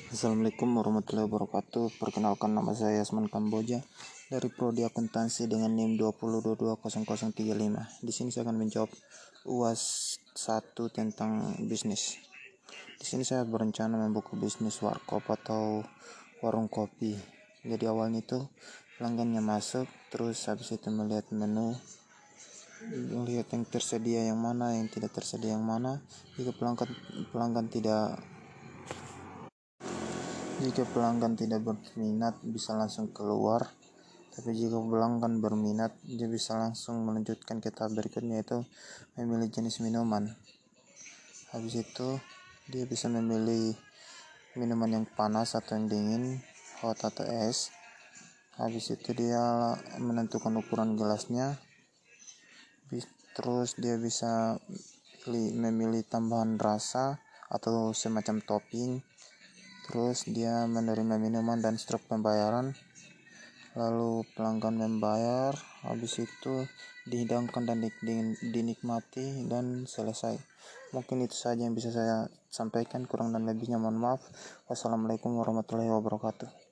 Assalamualaikum warahmatullahi wabarakatuh. Perkenalkan, nama saya Yasman Kamboja dari Prodi Akuntansi dengan NIM 20220035. Di sini saya akan menjawab UAS 1 tentang bisnis. Di sini saya berencana membuka bisnis warkop atau warung kopi. Jadi awalnya itu pelanggannya masuk, terus habis itu melihat menu, melihat yang tersedia yang mana, yang tidak tersedia yang mana. Jika pelanggan tidak berminat, bisa langsung keluar. Tapi jika pelanggan berminat, dia bisa langsung melanjutkan ke tahap berikutnya, yaitu memilih jenis minuman. Habis itu dia bisa memilih minuman yang panas atau yang dingin, hot atau es. Habis itu dia menentukan ukuran gelasnya. Terus dia bisa memilih tambahan rasa atau semacam topping. Terus dia menerima minuman dan struk pembayaran. Lalu pelanggan membayar, habis itu dihidangkan dan dinikmati dan selesai. Mungkin itu saja yang bisa saya sampaikan, kurang dan lebihnya mohon maaf. Wassalamualaikum warahmatullahi wabarakatuh.